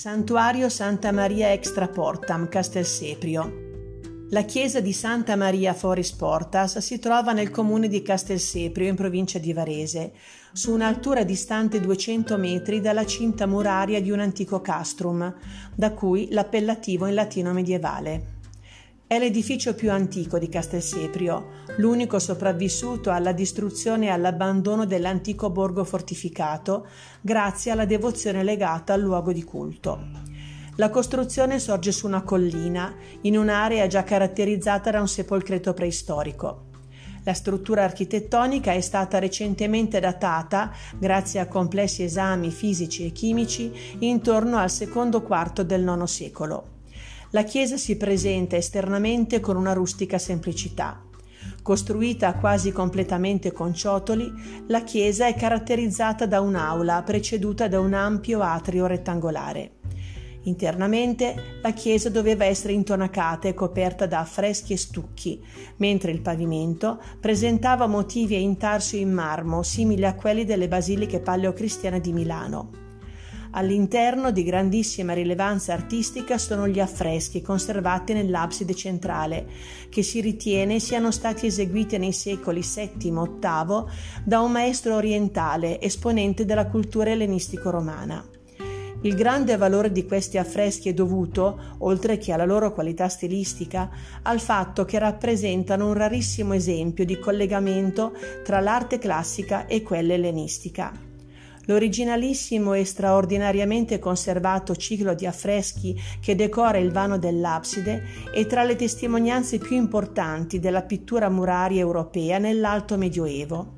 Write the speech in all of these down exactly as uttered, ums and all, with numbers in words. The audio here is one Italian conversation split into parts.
Santuario Santa Maria Extra Portam, Castelseprio. La chiesa di Santa Maria Foris Portas si trova nel comune di Castelseprio, in provincia di Varese, su un'altura distante duecento metri dalla cinta muraria di un antico castrum, da cui l'appellativo in latino medievale. È l'edificio più antico di Castelseprio, l'unico sopravvissuto alla distruzione e all'abbandono dell'antico borgo fortificato, grazie alla devozione legata al luogo di culto. La costruzione sorge su una collina, in un'area già caratterizzata da un sepolcreto preistorico. La struttura architettonica è stata recentemente datata, grazie a complessi esami fisici e chimici, intorno al secondo quarto del nono secolo. La chiesa si presenta esternamente con una rustica semplicità. Costruita quasi completamente con ciotoli, la chiesa è caratterizzata da un'aula preceduta da un ampio atrio rettangolare. Internamente la chiesa doveva essere intonacata e coperta da affreschi e stucchi, mentre il pavimento presentava motivi a intarsio in marmo simili a quelli delle basiliche paleocristiane di Milano. All'interno, di grandissima rilevanza artistica, sono gli affreschi conservati nell'abside centrale, che si ritiene siano stati eseguiti nei secoli settimo ottavo da un maestro orientale, esponente della cultura ellenistico-romana. Il grande valore di questi affreschi è dovuto, oltre che alla loro qualità stilistica, al fatto che rappresentano un rarissimo esempio di collegamento tra l'arte classica e quella ellenistica. L'originalissimo e straordinariamente conservato ciclo di affreschi che decora il vano dell'abside è tra le testimonianze più importanti della pittura muraria europea nell'Alto Medioevo.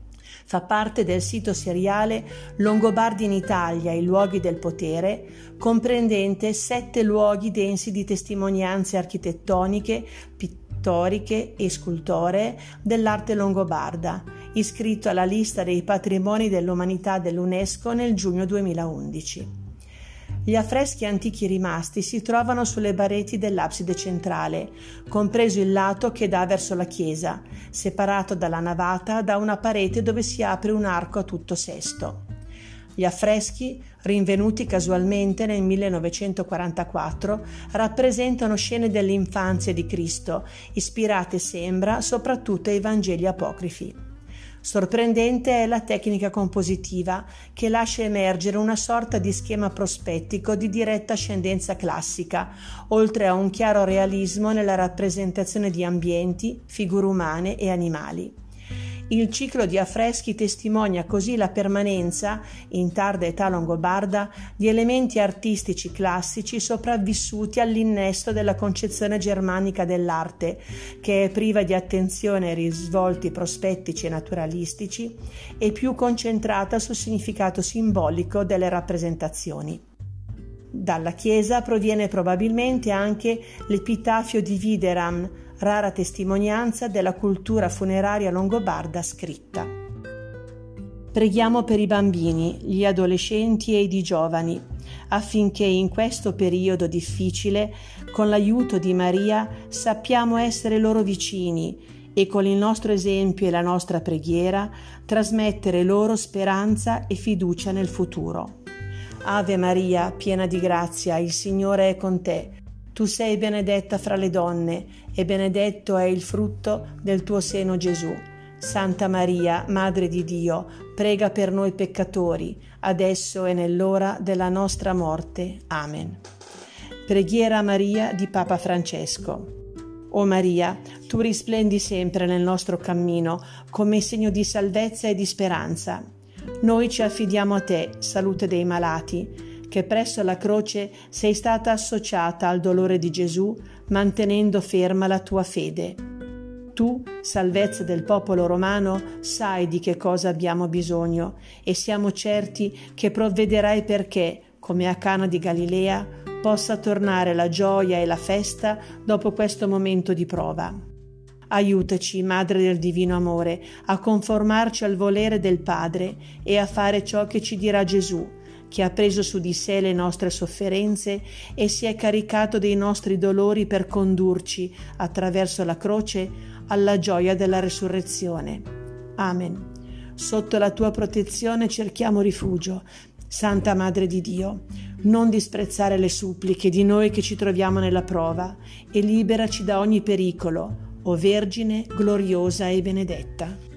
Fa parte del sito seriale Longobardi in Italia, i luoghi del potere, comprendente sette luoghi densi di testimonianze architettoniche, pittoriche e scultoree dell'arte longobarda, iscritto alla lista dei patrimoni dell'umanità dell'UNESCO nel giugno duemilaundici. Gli affreschi antichi rimasti si trovano sulle pareti dell'abside centrale, compreso il lato che dà verso la chiesa, separato dalla navata da una parete dove si apre un arco a tutto sesto. Gli affreschi, rinvenuti casualmente nel millenovecentoquarantaquattro, rappresentano scene dell'infanzia di Cristo, ispirate, sembra, soprattutto ai Vangeli apocrifi. Sorprendente è la tecnica compositiva, che lascia emergere una sorta di schema prospettico di diretta ascendenza classica, oltre a un chiaro realismo nella rappresentazione di ambienti, figure umane e animali. Il ciclo di affreschi testimonia così la permanenza, in tarda età longobarda, di elementi artistici classici sopravvissuti all'innesto della concezione germanica dell'arte, che è priva di attenzione ai risvolti prospettici e naturalistici e più concentrata sul significato simbolico delle rappresentazioni. Dalla chiesa proviene probabilmente anche l'epitafio di Videram, rara testimonianza della cultura funeraria longobarda scritta. Preghiamo per i bambini, gli adolescenti ed i giovani, affinché in questo periodo difficile, con l'aiuto di Maria, sappiamo essere loro vicini e con il nostro esempio e la nostra preghiera trasmettere loro speranza e fiducia nel futuro. Ave Maria, piena di grazia, il Signore è con te. Tu sei benedetta fra le donne, e benedetto è il frutto del tuo seno Gesù. Santa Maria, Madre di Dio, prega per noi peccatori, adesso e nell'ora della nostra morte. Amen. Preghiera a Maria di Papa Francesco. O Maria, tu risplendi sempre nel nostro cammino come segno di salvezza e di speranza. Noi ci affidiamo a te, salute dei malati, che presso la croce sei stata associata al dolore di Gesù, mantenendo ferma la tua fede. Tu, salvezza del popolo romano, sai di che cosa abbiamo bisogno e siamo certi che provvederai perché, come a Cana di Galilea, possa tornare la gioia e la festa dopo questo momento di prova. Aiutaci, Madre del Divino Amore, a conformarci al volere del Padre e a fare ciò che ci dirà Gesù, che ha preso su di sé le nostre sofferenze e si è caricato dei nostri dolori per condurci, attraverso la croce, alla gioia della resurrezione. Amen. Sotto la tua protezione cerchiamo rifugio, Santa Madre di Dio. non disprezzare le suppliche di noi che ci troviamo nella prova e liberaci da ogni pericolo, o Vergine gloriosa e benedetta.